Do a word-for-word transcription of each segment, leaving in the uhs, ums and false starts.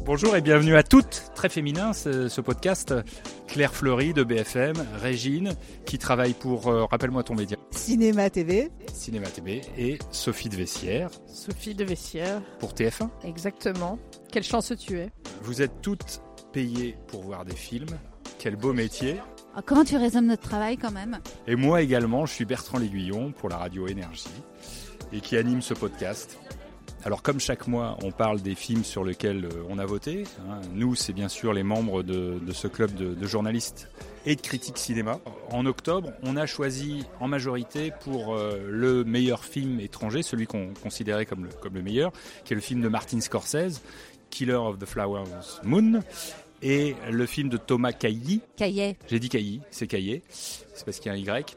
Bonjour et bienvenue à toutes, très féminin ce, ce podcast. Claire Fleury de B F M, Régine qui travaille pour, euh, rappelle-moi ton média. Cinéma T V. Cinéma T V et Sophie de Vessières. Sophie de Vessières. Pour T F un. Exactement. Quelle chance tu es. Vous êtes toutes payées pour voir des films. Quel beau métier. Alors, comment tu résumes notre travail quand même ? Et moi également, je suis Bertrand L'Aiguillon pour la radio Énergie et qui anime ce podcast. Alors comme chaque mois, on parle des films sur lesquels on a voté. Hein. Nous, c'est bien sûr les membres de, de ce club de, de journalistes et de critiques cinéma. En octobre, on a choisi en majorité pour euh, le meilleur film étranger, celui qu'on considérait comme le, comme le meilleur, qui est le film de Martin Scorsese, Killer of the Flower Moon, et le film de Thomas Caillet. Caillet. J'ai dit Caillet, c'est Caillet, c'est parce qu'il y a un Y.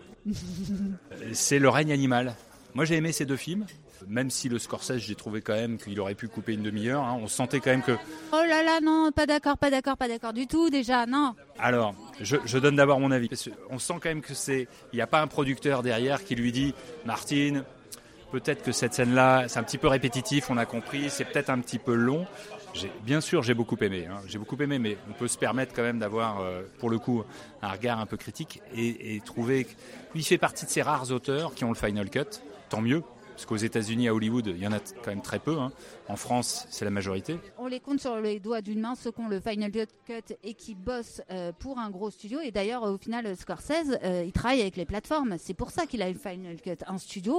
C'est Le règne animal. Moi, j'ai aimé ces deux films. Même si le Scorsese, j'ai trouvé quand même qu'il aurait pu couper une demi-heure. Hein. On sentait quand même que... Oh là là, non, pas d'accord, pas d'accord, pas d'accord du tout déjà, non. Alors, je, je donne d'abord mon avis. Parce on sent quand même que c'est... Il n'y a pas un producteur derrière qui lui dit « Martine, peut-être que cette scène-là, c'est un petit peu répétitif, on a compris, c'est peut-être un petit peu long. » J'ai, bien sûr, j'ai beaucoup aimé. Hein. J'ai beaucoup aimé, mais on peut se permettre quand même d'avoir, euh, pour le coup, un regard un peu critique et, et trouver... Il fait partie de ces rares auteurs qui ont le Final Cut, tant mieux. Parce qu'aux États-Unis, à Hollywood, il y en a quand même très peu. Hein. En France, c'est la majorité. On les compte sur les doigts d'une main, ceux qui ont le Final Cut et qui bossent euh, pour un gros studio. Et d'ailleurs, au final, Scorsese, euh, il travaille avec les plateformes. C'est pour ça qu'il a le Final Cut. Un studio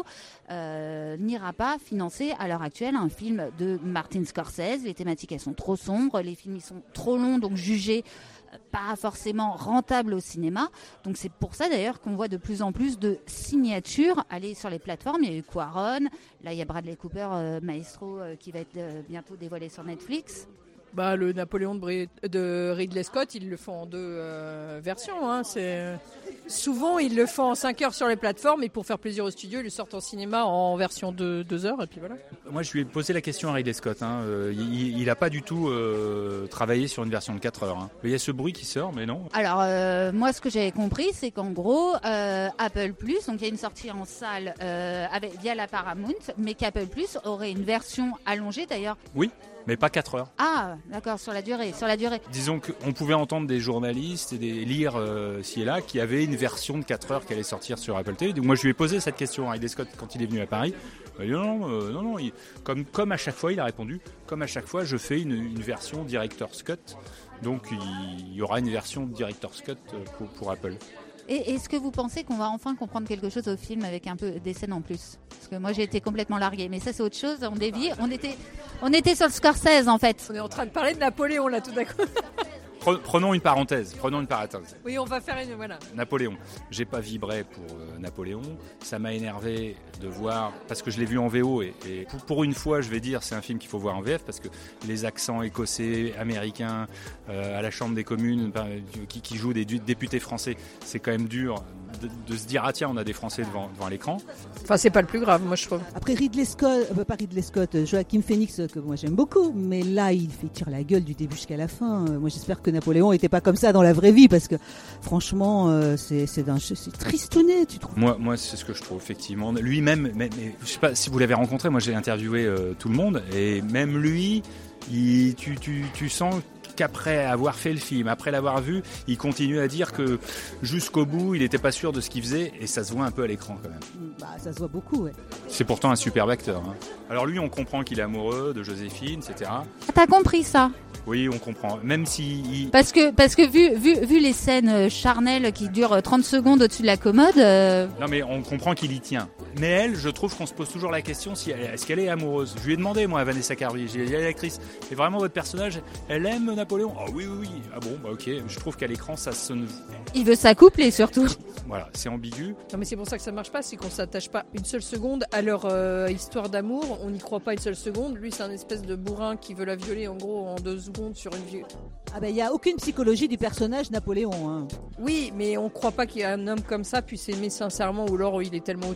euh, n'ira pas financer à l'heure actuelle un film de Martin Scorsese. Les thématiques, elles sont trop sombres. Les films, ils sont trop longs, donc jugés pas forcément rentable au cinéma. Donc c'est pour ça d'ailleurs qu'on voit de plus en plus de signatures aller sur les plateformes. Il y a eu Cuarón, là il y a Bradley Cooper, euh, Maestro, euh, qui va être euh, bientôt dévoilé sur Netflix. Bah, le Napoléon de, Bri- de Ridley Scott, ils le font en deux euh, versions. Hein. C'est... Souvent, ils le font en cinq heures sur les plateformes et pour faire plaisir au studio, ils le sortent en cinéma en version de deux heures et puis voilà. Moi, je lui ai posé la question à Ridley Scott. Hein. Euh, il n'a pas du tout euh, travaillé sur une version de quatre heures. Hein. Il y a ce bruit qui sort, mais non. Alors, euh, moi, ce que j'avais compris, c'est qu'en gros, euh, Apple Plus, donc il y a une sortie en salle euh, avec, via la Paramount, mais qu'Apple Plus aurait une version allongée d'ailleurs. Oui. Mais pas quatre heures. Ah, d'accord, sur la durée, sur la durée. Disons qu'on pouvait entendre des journalistes et des lire euh, ci et là qui avaient une version de quatre heures qui allait sortir sur Apple T V. Donc moi, je lui ai posé cette question à Ridley Scott quand il est venu à Paris. Il m'a dit non, euh, non, non. Il, comme, comme à chaque fois, il a répondu, comme à chaque fois, je fais une, une version Director's Cut. Donc il, il y aura une version Director's Cut pour, pour Apple. Et est-ce que vous pensez qu'on va enfin comprendre quelque chose au film avec un peu des scènes en plus ? Parce que moi j'ai été complètement larguée, mais ça c'est autre chose, on dévie, on était, on était sur le Scorsese en fait. On est en train de parler de Napoléon là tout d'un coup. Prenons une parenthèse, prenons une parenthèse. Oui, on va faire une... Voilà. Napoléon. J'ai pas vibré pour euh, Napoléon. Ça m'a énervé de voir, parce que je l'ai vu en V O et, et pour, pour une fois, je vais dire, c'est un film qu'il faut voir en V F parce que les accents écossais, américains, euh, à la Chambre des communes, ben, qui, qui jouent des du, députés français, c'est quand même dur de, de se dire, ah tiens, on a des Français devant, devant l'écran. Enfin, c'est pas le plus grave, moi je trouve. Après Ridley Scott, euh, pas Ridley Scott, Joaquin Phoenix, que moi j'aime beaucoup, mais là il fait tire la gueule du début jusqu'à la fin. Euh, moi j'espère que Napoléon était pas comme ça dans la vraie vie parce que franchement euh, c'est c'est, d'un, c'est tristounet, tu trouves? Moi, moi c'est ce que je trouve effectivement. Lui-même, mais, mais, je sais pas si vous l'avez rencontré. Moi j'ai interviewé euh, tout le monde et même lui, il, tu, tu, tu sens qu'après avoir fait le film, après l'avoir vu, il continue à dire que jusqu'au bout, il n'était pas sûr de ce qu'il faisait et ça se voit un peu à l'écran quand même. Bah, ça se voit beaucoup, ouais. C'est pourtant un superbe acteur. Hein. Alors lui, on comprend qu'il est amoureux de Joséphine, et cetera. T'as compris ça ? Oui, on comprend. Même si... Il... Parce que, parce que vu, vu, vu les scènes charnelles qui durent trente secondes au-dessus de la commode... Euh... Non mais on comprend qu'il y tient. Mais elle, je trouve qu'on se pose toujours la question, si elle, est-ce qu'elle est amoureuse ? Je lui ai demandé, moi, à Vanessa Kirby, j'ai dit à l'actrice, et vraiment votre personnage, elle aime Napoléon ? Ah oui, oui, oui. Ah bon, bah ok. Je trouve qu'à l'écran, ça sonne... Il veut s'accoupler surtout. Voilà, c'est ambigu. Non mais c'est pour ça que ça marche pas, c'est qu'on s'attache pas une seule seconde à leur euh, histoire d'amour, on n'y croit pas une seule seconde. Lui c'est un espèce de bourrin qui veut la violer en gros en deux secondes sur une vieille. Ah ben il y a aucune psychologie du personnage Napoléon. Hein. Oui, mais on croit pas qu'il y a un homme comme ça puisse aimer sincèrement ou alors il est tellement autiste que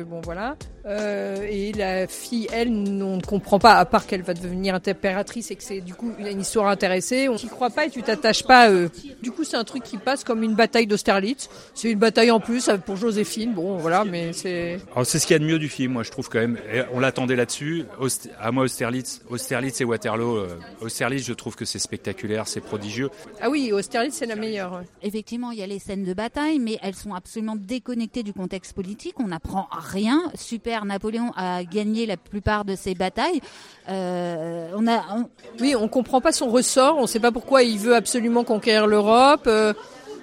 bon voilà. Euh, et la fille, elle, on ne comprend pas, à part qu'elle va devenir impératrice et que c'est du coup une histoire intéressée. On t'y croit pas et tu t'attaches pas à eux. Du coup, c'est un truc qui passe comme une bataille d'Austerlitz. C'est une bataille en plus pour Joséphine, bon voilà, mais c'est... Alors, c'est ce qu'il y a de mieux du film, moi je trouve quand même. Et on l'attendait là-dessus. Aust- à moi, Austerlitz, Austerlitz et Waterloo. Euh, Austerlitz, je trouve que c'est spectaculaire, c'est prodigieux. Ah oui, Austerlitz, c'est la meilleure. Ouais. Effectivement, il y a les scènes de bataille, mais elles sont absolument déconnectées du contexte politique. On n'apprend rien. Super, Napoléon a gagné la plupart de ses batailles. Euh, on a, on... Oui, on comprend pas son ressort. On ne sait pas pourquoi il veut absolument conquérir l'Europe. Euh,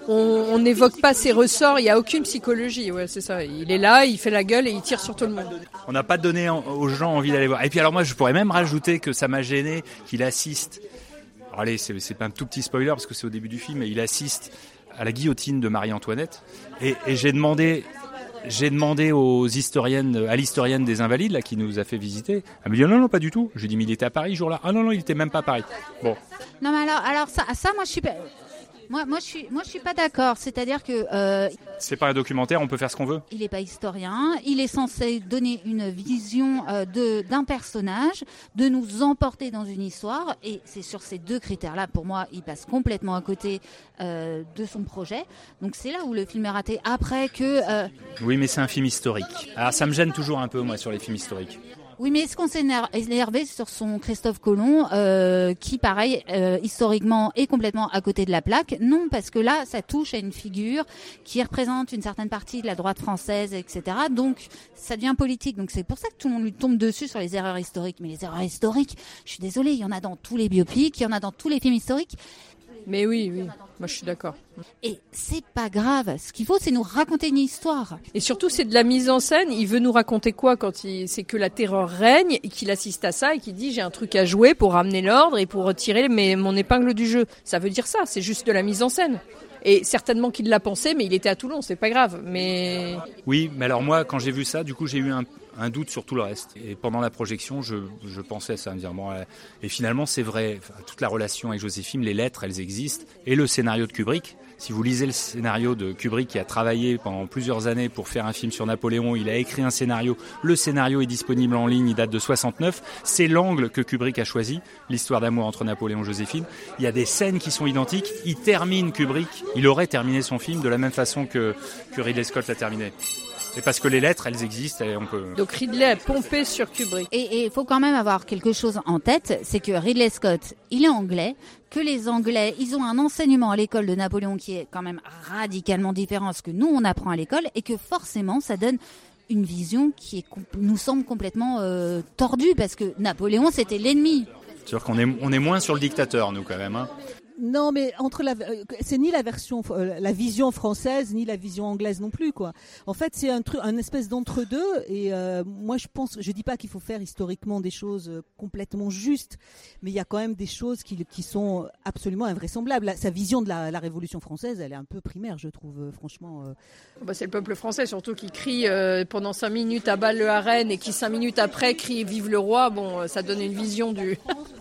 on n'évoque pas ses ressorts. Il n'y a aucune psychologie. Ouais, c'est ça. Il est là, il fait la gueule et il tire sur tout le monde. On n'a pas donné aux gens envie d'aller voir. Et puis alors moi, je pourrais même rajouter que ça m'a gêné qu'il assiste. Alors allez, c'est, c'est pas un tout petit spoiler parce que c'est au début du film. Mais il assiste à la guillotine de Marie-Antoinette. Et, et j'ai demandé, j'ai demandé aux historiennes, à l'historienne des Invalides là qui nous a fait visiter. Elle me dit non non pas du tout. J'ai dit mais il était à Paris ce jour-là. Ah non non il était même pas à Paris. Bon. Non mais alors alors ça ça moi je suis pas... Moi, moi, je suis, moi, je suis pas d'accord. C'est-à-dire que euh, c'est pas un documentaire, on peut faire ce qu'on veut. Il n'est pas historien. Il est censé donner une vision euh, de d'un personnage, de nous emporter dans une histoire. Et c'est sur ces deux critères-là, pour moi, il passe complètement à côté euh, de son projet. Donc c'est là où le film est raté. Après que. Euh... Oui, mais c'est un film historique. Alors ça me gêne toujours un peu, moi, sur les films historiques. Oui, mais est-ce qu'on s'est énervé sur son Christophe Colomb, euh, qui, pareil, euh, historiquement est complètement à côté de la plaque? Non, parce que là, ça touche à une figure qui représente une certaine partie de la droite française, et cetera. Donc, ça devient politique. Donc, c'est pour ça que tout le monde lui tombe dessus sur les erreurs historiques. Mais les erreurs historiques, je suis désolée, il y en a dans tous les biopics, il y en a dans tous les films historiques. Mais oui, oui, moi je suis d'accord. Et c'est pas grave. Ce qu'il faut, c'est nous raconter une histoire. Et surtout, c'est de la mise en scène. Il veut nous raconter quoi quand il... c'est que la terreur règne et qu'il assiste à ça et qu'il dit j'ai un truc à jouer pour ramener l'ordre et pour retirer mes... mon épingle du jeu. Ça veut dire ça. C'est juste de la mise en scène. Et certainement qu'il l'a pensé, mais il était à Toulon, c'est pas grave. Mais oui, mais alors moi, quand j'ai vu ça, du coup, j'ai eu un, un doute sur tout le reste. Et pendant la projection, je, je pensais à ça, à me dire bon, euh, et finalement, c'est vrai. Enfin, toute la relation avec Joséphine, les lettres, elles existent, et le scénario de Kubrick. Si vous lisez le scénario de Kubrick, qui a travaillé pendant plusieurs années pour faire un film sur Napoléon, il a écrit un scénario. Le scénario est disponible en ligne, il date de soixante-neuf. C'est l'angle que Kubrick a choisi, l'histoire d'amour entre Napoléon et Joséphine. Il y a des scènes qui sont identiques. Il termine Kubrick, il aurait terminé son film de la même façon que, que Ridley Scott l'a terminé. Et parce que les lettres, elles existent et on peut... Donc Ridley a pompé sur Kubrick. Et il faut quand même avoir quelque chose en tête, c'est que Ridley Scott, il est anglais, que les Anglais, ils ont un enseignement à l'école de Napoléon qui est quand même radicalement différent de ce que nous, on apprend à l'école, et que forcément, ça donne une vision qui est, nous semble complètement euh, tordue, parce que Napoléon, c'était l'ennemi. C'est sûr qu'on est, on est moins sur le dictateur, nous, quand même, hein. Non, mais entre la, c'est ni la version, la vision française, ni la vision anglaise non plus, quoi. En fait, c'est un truc, un espèce d'entre-deux. Et euh, moi, je pense, je dis pas qu'il faut faire historiquement des choses complètement justes, mais il y a quand même des choses qui, qui sont absolument invraisemblables. Sa vision de la, la Révolution française, elle est un peu primaire, je trouve, franchement. Euh... Bah, c'est le peuple français, surtout, qui crie euh, pendant cinq minutes à balle le Harenne et qui cinq minutes après crie Vive le roi. Bon, ça donne une vision du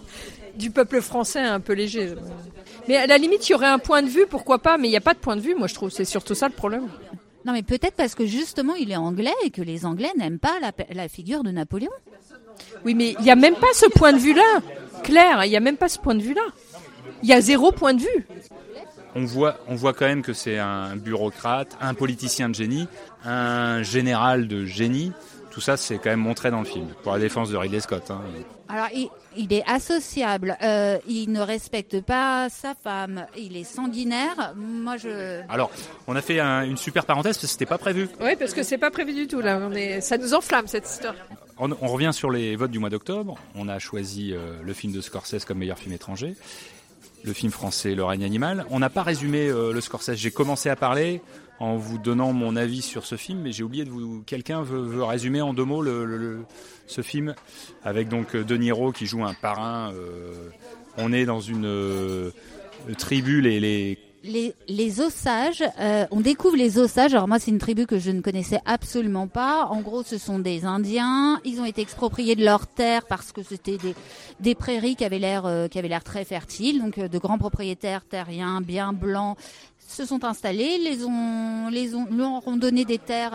du peuple français un peu léger. Mais à la limite, il y aurait un point de vue, pourquoi pas, mais il n'y a pas de point de vue, moi je trouve, c'est surtout ça le problème. Non mais peut-être parce que justement il est anglais et que les Anglais n'aiment pas la, la figure de Napoléon. Oui, mais il n'y a même pas ce point de vue-là, Claire, il n'y a même pas ce point de vue-là. Il y a zéro point de vue. On voit, on voit quand même que c'est un bureaucrate, un politicien de génie, un général de génie. Tout ça, c'est quand même montré dans le film, pour la défense de Ridley Scott. Hein. Alors, il, il est associable, euh, il ne respecte pas sa femme, il est sanguinaire. Moi, je... Alors, on a fait un, une super parenthèse, parce que c'était pas prévu. Oui, parce que c'est pas prévu du tout, là. On est... Ça nous enflamme, cette histoire. On, on revient sur les votes du mois d'octobre. On a choisi euh, le film de Scorsese comme meilleur film étranger. Le film français, Le règne animal. On n'a pas résumé euh, le Scorsese. J'ai commencé à parler en vous donnant mon avis sur ce film, mais j'ai oublié de vous... Quelqu'un veut, veut résumer en deux mots le, le, le, ce film, avec donc De Niro qui joue un parrain. Euh, on est dans une euh, tribu, les... les Les, les Osages, euh, on découvre les Osages. Alors moi, c'est une tribu que je ne connaissais absolument pas. En gros, ce sont des Indiens. Ils ont été expropriés de leurs terres parce que c'était des, des prairies qui avaient l'air, euh, qui avaient l'air très fertiles. Donc, euh, de grands propriétaires terriens, bien blancs, se sont installés, les ont, les ont, leur ont donné des terres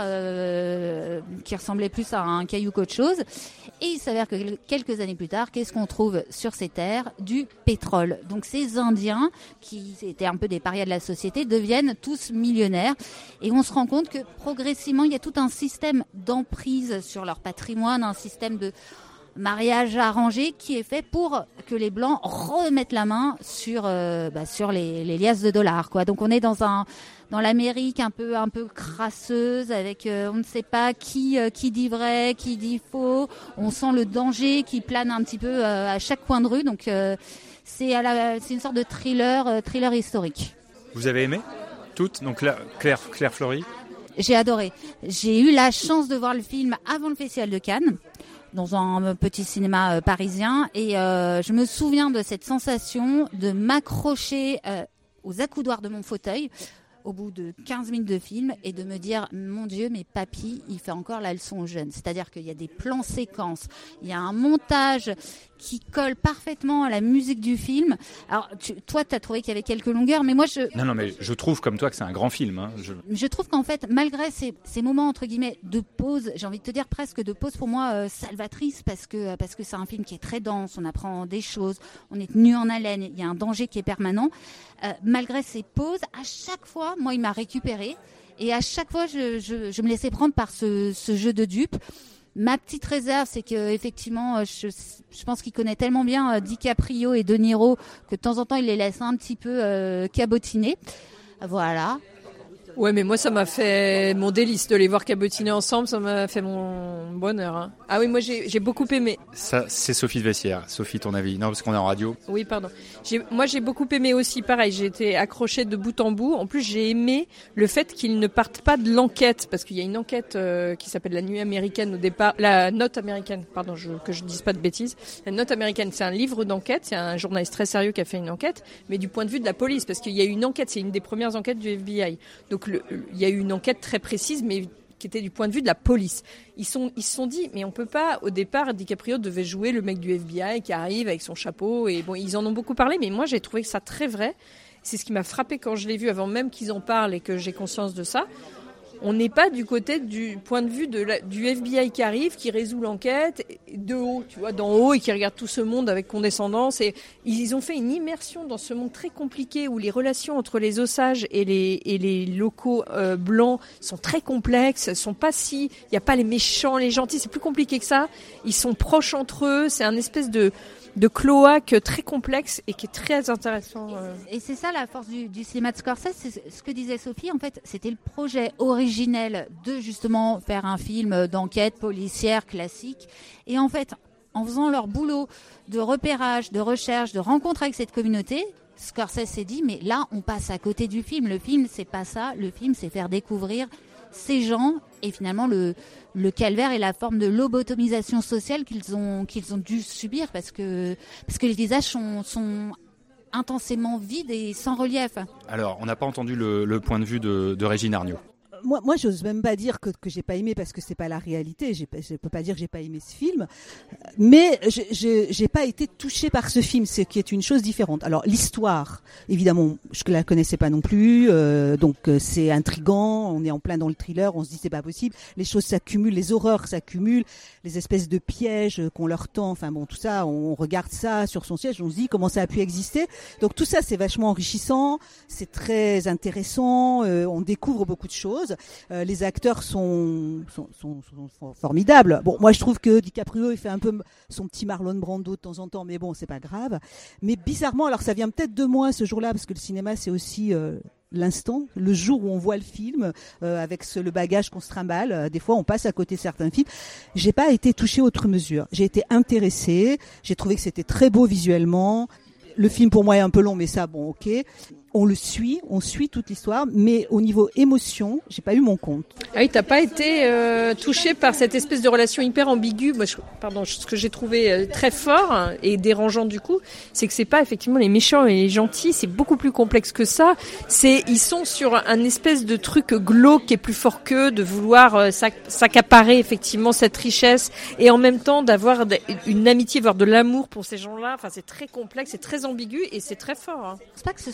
euh, qui ressemblaient plus à un caillou qu'autre chose. Et il s'avère que quelques années plus tard, qu'est-ce qu'on trouve sur ces terres ? Du pétrole. Donc ces Indiens, qui étaient un peu des parias de la société, deviennent tous millionnaires. Et on se rend compte que progressivement, il y a tout un système d'emprise sur leur patrimoine, un système de mariage arrangé qui est fait pour que les Blancs remettent la main sur euh, bah, sur les, les liasses de dollars, quoi. Donc on est dans un dans l'Amérique un peu un peu crasseuse avec euh, on ne sait pas qui euh, qui dit vrai, qui dit faux. On sent le danger qui plane un petit peu euh, à chaque coin de rue. Donc euh, c'est à la c'est une sorte de thriller euh, thriller historique. Vous avez aimé toutes? Donc là, Claire Claire Fleury. J'ai adoré. J'ai eu la chance de voir le film avant le Festival de Cannes, dans un petit cinéma euh, parisien, et euh, je me souviens de cette sensation de m'accrocher euh, aux accoudoirs de mon fauteuil au bout de quinze minutes de film et de me dire mon Dieu, mais papy, il fait encore la leçon aux jeunes. C'est-à-dire qu'il y a des plans séquences, il y a un montage qui colle parfaitement à la musique du film. Alors tu, toi tu as trouvé qu'il y avait quelques longueurs, mais moi je Non non mais je trouve comme toi que c'est un grand film hein. je... je trouve qu'en fait malgré ces, ces moments entre guillemets de pause, j'ai envie de te dire presque de pause pour moi euh, salvatrice, parce que parce que c'est un film qui est très dense, on apprend des choses, on est tenu en haleine, il y a un danger qui est permanent. Euh, malgré ces pauses, à chaque fois, moi, il m'a récupéré. Et à chaque fois, je, je, je me laissais prendre par ce, ce jeu de dupes. Ma petite réserve, c'est que effectivement, je, je pense qu'il connaît tellement bien DiCaprio et De Niro que de temps en temps, il les laisse un petit peu euh, cabotiner. Voilà. Ouais, mais moi, ça m'a fait mon délice de les voir cabotiner ensemble, ça m'a fait mon bonheur. Hein. Ah oui, moi, j'ai, j'ai beaucoup aimé. Ça, c'est Sophie de Vessières. Sophie, ton avis? Non, parce qu'on est en radio. Oui, pardon. J'ai, moi, j'ai beaucoup aimé aussi, pareil, j'ai été accrochée de bout en bout. En plus, j'ai aimé le fait qu'ils ne partent pas de l'enquête, parce qu'il y a une enquête euh, qui s'appelle La Nuit américaine au départ, la Note américaine, pardon, je, que je dise pas de bêtises. La Note américaine, c'est un livre d'enquête, c'est un journaliste très sérieux qui a fait une enquête, mais du point de vue de la police, parce qu'il y a eu une enquête, c'est une des premières enquêtes du F B I. Donc, le, il y a eu une enquête très précise, mais qui était du point de vue de la police. Ils sont, ils se sont dit, mais on peut pas, au départ, DiCaprio devait jouer le mec du F B I qui arrive avec son chapeau, et bon, ils en ont beaucoup parlé, mais moi, j'ai trouvé ça très vrai. C'est ce qui m'a frappé quand je l'ai vu, avant même qu'ils en parlent et que j'ai conscience de ça. On n'est pas du côté du point de vue de la, du F B I qui arrive, qui résout l'enquête de haut, tu vois, d'en haut, et qui regarde tout ce monde avec condescendance. Et ils ont fait une immersion dans ce monde très compliqué où les relations entre les Osages et les, et les locaux euh, blancs sont très complexes, sont pas si, il n'y a pas les méchants, les gentils, c'est plus compliqué que ça. Ils sont proches entre eux, c'est un espèce de de cloaque très complexe et qui est très intéressant. Et c'est ça la force du, du cinéma de Scorsese, c'est ce que disait Sophie, en fait, c'était le projet originel de justement faire un film d'enquête policière classique. Et en fait, en faisant leur boulot de repérage, de recherche, de rencontre avec cette communauté, Scorsese s'est dit, mais là, on passe à côté du film. Le film, c'est pas ça. Le film, c'est faire découvrir ces gens et finalement le, le calvaire et la forme de lobotomisation sociale qu'ils ont, qu'ils ont dû subir parce que, parce que les visages sont, sont intensément vides et sans relief. Alors, on n'a pas entendu le, le point de vue de, de Régine Arnaud. Moi, moi, j'ose même pas dire que, que j'ai pas aimé parce que c'est pas la réalité. J'ai, je peux pas dire que j'ai pas aimé ce film, mais je, je, j'ai pas été touchée par ce film, ce qui est une chose différente. Alors l'histoire, évidemment, je la connaissais pas non plus, euh, donc euh, c'est intriguant. On est en plein dans le thriller, on se dit c'est pas possible. Les choses s'accumulent, les horreurs s'accumulent, les espèces de pièges qu'on leur tend. Enfin bon, tout ça, on regarde ça sur son siège, on se dit comment ça a pu exister. Donc tout ça, c'est vachement enrichissant, c'est très intéressant. Euh, on découvre beaucoup de choses. Euh, les acteurs sont, sont, sont, sont formidables. Bon, moi je trouve que DiCaprio il fait un peu son petit Marlon Brando de temps en temps, mais bon, c'est pas grave. Mais bizarrement, alors ça vient peut-être de moi ce jour-là, parce que le cinéma c'est aussi euh, l'instant, le jour où on voit le film euh, avec ce, le bagage qu'on se trimballe. Euh, des fois, on passe à côté de certains films. J'ai pas été touchée outre mesure. J'ai été intéressée. J'ai trouvé que c'était très beau visuellement. Le film pour moi est un peu long, mais ça, bon, ok. On le suit, on suit toute l'histoire, mais au niveau émotion, j'ai pas eu mon compte. Ah oui, t'as pas été euh, touché par cette espèce de relation hyper ambiguë. Moi, je, pardon, ce que j'ai trouvé euh, très fort hein, et dérangeant du coup, c'est que c'est pas effectivement les méchants et les gentils, c'est beaucoup plus complexe que ça. C'est, ils sont sur un espèce de truc glauque qui est plus fort qu'eux, de vouloir euh, sac, s'accaparer effectivement cette richesse et en même temps d'avoir une amitié, voire de l'amour pour ces gens-là. Enfin, c'est très complexe, c'est très ambigu et c'est très fort. Hein. C'est pas que ce soit un film qui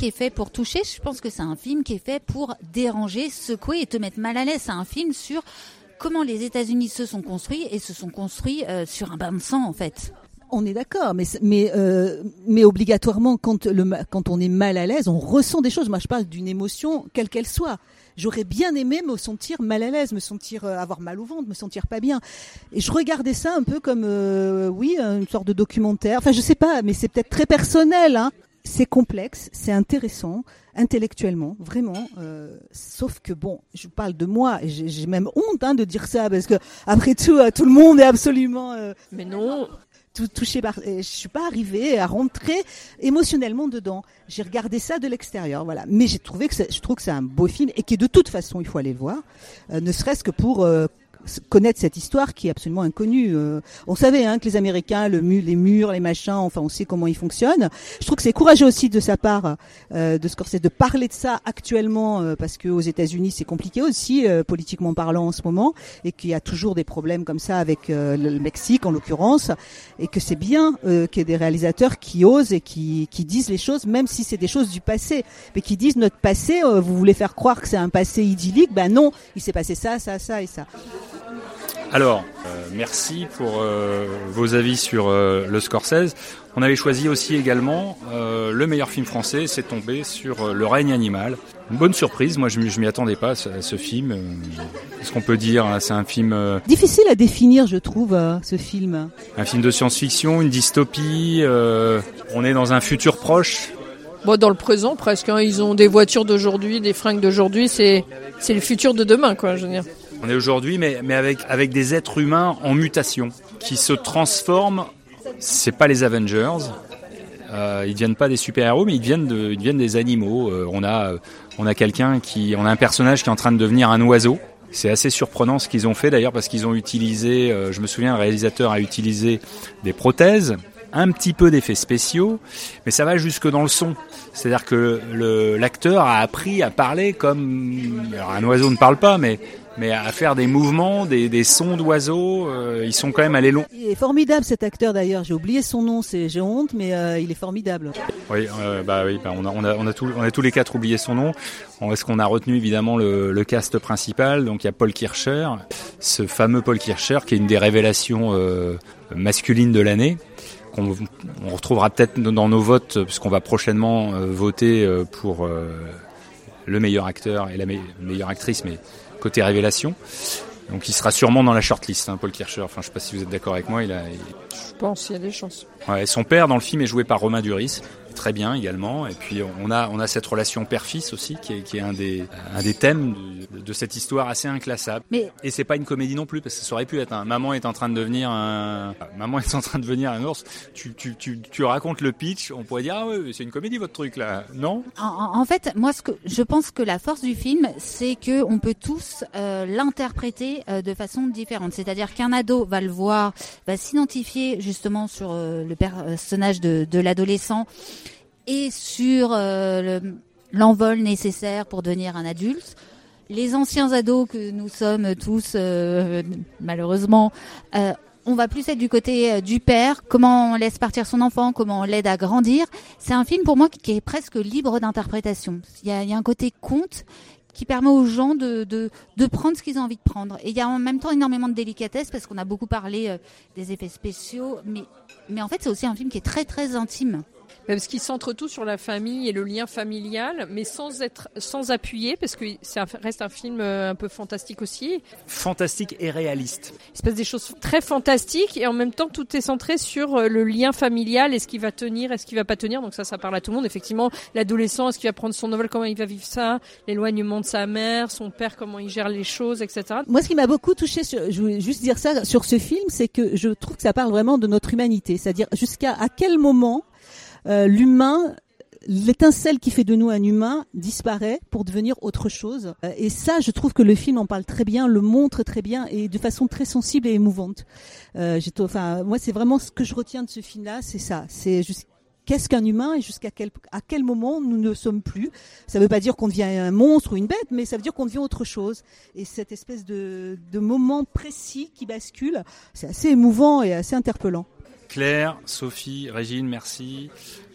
qui est fait pour toucher, je pense que c'est un film qui est fait pour déranger, secouer et te mettre mal à l'aise. C'est un film sur comment les États-Unis se sont construits et se sont construits euh, sur un bain de sang en fait. On est d'accord, mais mais euh, mais obligatoirement quand le quand on est mal à l'aise, on ressent des choses. Moi, je parle d'une émotion quelle qu'elle soit. J'aurais bien aimé me sentir mal à l'aise, me sentir euh, avoir mal au ventre, me sentir pas bien. Et je regardais ça un peu comme euh, oui, une sorte de documentaire. Enfin, je sais pas, mais c'est peut-être très personnel, hein. C'est complexe, c'est intéressant, intellectuellement, vraiment. Euh, sauf que bon, je parle de moi et j'ai, j'ai même honte hein, de dire ça parce que après tout, tout le monde est absolument. Euh, mais non. Tout, touché par, je suis pas arrivée à rentrer émotionnellement dedans. J'ai regardé ça de l'extérieur, voilà. Mais j'ai trouvé que c'est, je trouve que c'est un beau film et que de toute façon il faut aller le voir, euh, ne serait-ce que pour euh, connaître cette histoire qui est absolument inconnue. Euh, on savait hein, que les Américains, le mu- les murs, les machins, enfin on sait comment ils fonctionnent. Je trouve que c'est courageux aussi de sa part, euh, de Scorsese, de parler de ça actuellement, euh, parce qu'aux États-Unis c'est compliqué aussi, euh, politiquement parlant en ce moment, et qu'il y a toujours des problèmes comme ça avec euh, le Mexique en l'occurrence, et que c'est bien euh, qu'il y ait des réalisateurs qui osent et qui, qui disent les choses, même si c'est des choses du passé, mais qui disent notre passé, euh, vous voulez faire croire que c'est un passé idyllique, ben non, il s'est passé ça, ça, ça et ça. Alors, euh, merci pour euh, vos avis sur euh, le Scorsese. On avait choisi aussi également euh, le meilleur film français, c'est tombé sur euh, Le règne animal. Une bonne surprise, moi je, je m'y attendais pas à ce, à ce film. Euh, qu'est-ce qu'on peut dire hein, c'est un film... Euh, difficile à définir, je trouve, euh, ce film. Un film de science-fiction, une dystopie, euh, on est dans un futur proche. Bon, dans le présent presque, hein, ils ont des voitures d'aujourd'hui, des fringues d'aujourd'hui, c'est, c'est le futur de demain, quoi, je veux dire. On est aujourd'hui, mais, mais avec, avec des êtres humains en mutation, qui se transforment. C'est pas les Avengers, euh, ils deviennent pas des super-héros, mais ils deviennent, de, ils deviennent des animaux. Euh, on a, on a quelqu'un qui, on a un personnage qui est en train de devenir un oiseau. C'est assez surprenant ce qu'ils ont fait d'ailleurs, parce qu'ils ont utilisé, euh, je me souviens, le réalisateur a utilisé des prothèses, un petit peu d'effets spéciaux, mais ça va jusque dans le son. C'est-à-dire que le, l'acteur a appris à parler comme... Alors un oiseau ne parle pas, mais... mais à faire des mouvements, des, des sons d'oiseaux, euh, ils sont quand même allés loin. Il est formidable cet acteur d'ailleurs, j'ai oublié son nom, c'est, j'ai honte, mais euh, il est formidable. Oui, euh, bah oui, bah on a, on a, on a, tout, on a tous les quatre oublié son nom. Est-ce qu'on a retenu évidemment le, le cast principal? Donc il y a Paul Kircher, ce fameux Paul Kircher qui est une des révélations euh, masculines de l'année. Qu'on on retrouvera peut-être dans nos votes, puisqu'on va prochainement euh, voter euh, pour euh, le meilleur acteur et la me- meilleure actrice, mais côté révélation. Donc il sera sûrement dans la shortlist, hein, Paul Kircher. Enfin, je sais pas si vous êtes d'accord avec moi. Il a, il... Je pense qu'il y a des chances. Ouais, son père dans le film est joué par Romain Duris, très bien également. Et puis on a on a cette relation père-fils aussi qui est qui est un des un des thèmes de, de cette histoire assez inclassable. Mais... Et c'est pas une comédie non plus, parce que ça aurait pu être un maman est en train de devenir un maman est en train de devenir un ours. Tu tu tu tu racontes le pitch, on pourrait dire ah ouais c'est une comédie votre truc là, non? En, en fait, moi ce que je pense que la force du film, c'est que on peut tous euh, l'interpréter euh, de façon différente. C'est-à-dire qu'un ado va le voir, va s'identifier justement sur euh, le personnage de, de l'adolescent et sur euh, le, l'envol nécessaire pour devenir un adulte. Les anciens ados que nous sommes tous, euh, malheureusement, euh, on va plus être du côté euh, du père, comment on laisse partir son enfant, comment on l'aide à grandir. C'est un film pour moi qui, qui est presque libre d'interprétation. Il y a, il y a un côté conte qui permet aux gens de, de, de prendre ce qu'ils ont envie de prendre. Et il y a en même temps énormément de délicatesse, parce qu'on a beaucoup parlé euh, des effets spéciaux, mais, mais en fait c'est aussi un film qui est très très intime. Parce qu'il centre tout sur la famille et le lien familial, mais sans être, sans appuyer, parce que ça reste un film un peu fantastique aussi. Fantastique et réaliste. Il se passe des choses très fantastiques et en même temps tout est centré sur le lien familial, est-ce qu'il va tenir, est-ce qu'il va pas tenir. Donc ça, ça parle à tout le monde. Effectivement, l'adolescent, est-ce qu'il va prendre son envol, comment il va vivre ça, l'éloignement de sa mère, son père, comment il gère les choses, et cetera. Moi, ce qui m'a beaucoup touché, je voulais juste dire ça sur ce film, c'est que je trouve que ça parle vraiment de notre humanité, c'est-à-dire jusqu'à à quel moment Euh, l'humain, l'étincelle qui fait de nous un humain disparaît pour devenir autre chose. Euh, et ça, je trouve que le film en parle très bien, le montre très bien et de façon très sensible et émouvante. Euh, j'ai, enfin, moi, c'est vraiment ce que je retiens de ce film-là, c'est ça. C'est juste qu'est-ce qu'un humain et jusqu'à quel, à quel moment nous ne sommes plus. Ça ne veut pas dire qu'on devient un monstre ou une bête, mais ça veut dire qu'on devient autre chose. Et cette espèce de, de moment précis qui bascule, c'est assez émouvant et assez interpellant. Claire, Sophie, Régine, merci.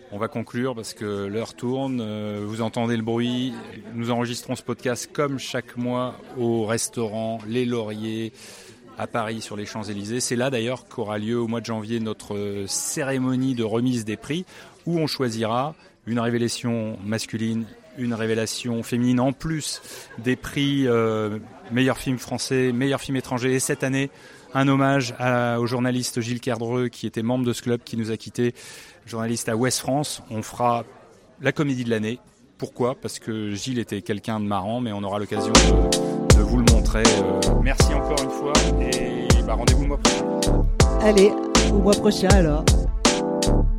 On va conclure parce que l'heure tourne, euh, vous entendez le bruit. Nous enregistrons ce podcast comme chaque mois au restaurant Les Lauriers à Paris sur les Champs-Élysées. C'est là d'ailleurs qu'aura lieu au mois de janvier notre cérémonie de remise des prix où on choisira une révélation masculine, une révélation féminine en plus des prix euh, meilleur film français, meilleur film étranger. Et cette année, un hommage à, au journaliste Gilles Kerdreux qui était membre de ce club, qui nous a quittés, journaliste à Ouest France. On fera la comédie de l'année. Pourquoi ? Parce que Gilles était quelqu'un de marrant, mais on aura l'occasion de, de vous le montrer. Euh, merci encore une fois et bah, rendez-vous le mois prochain. Allez, au mois prochain alors.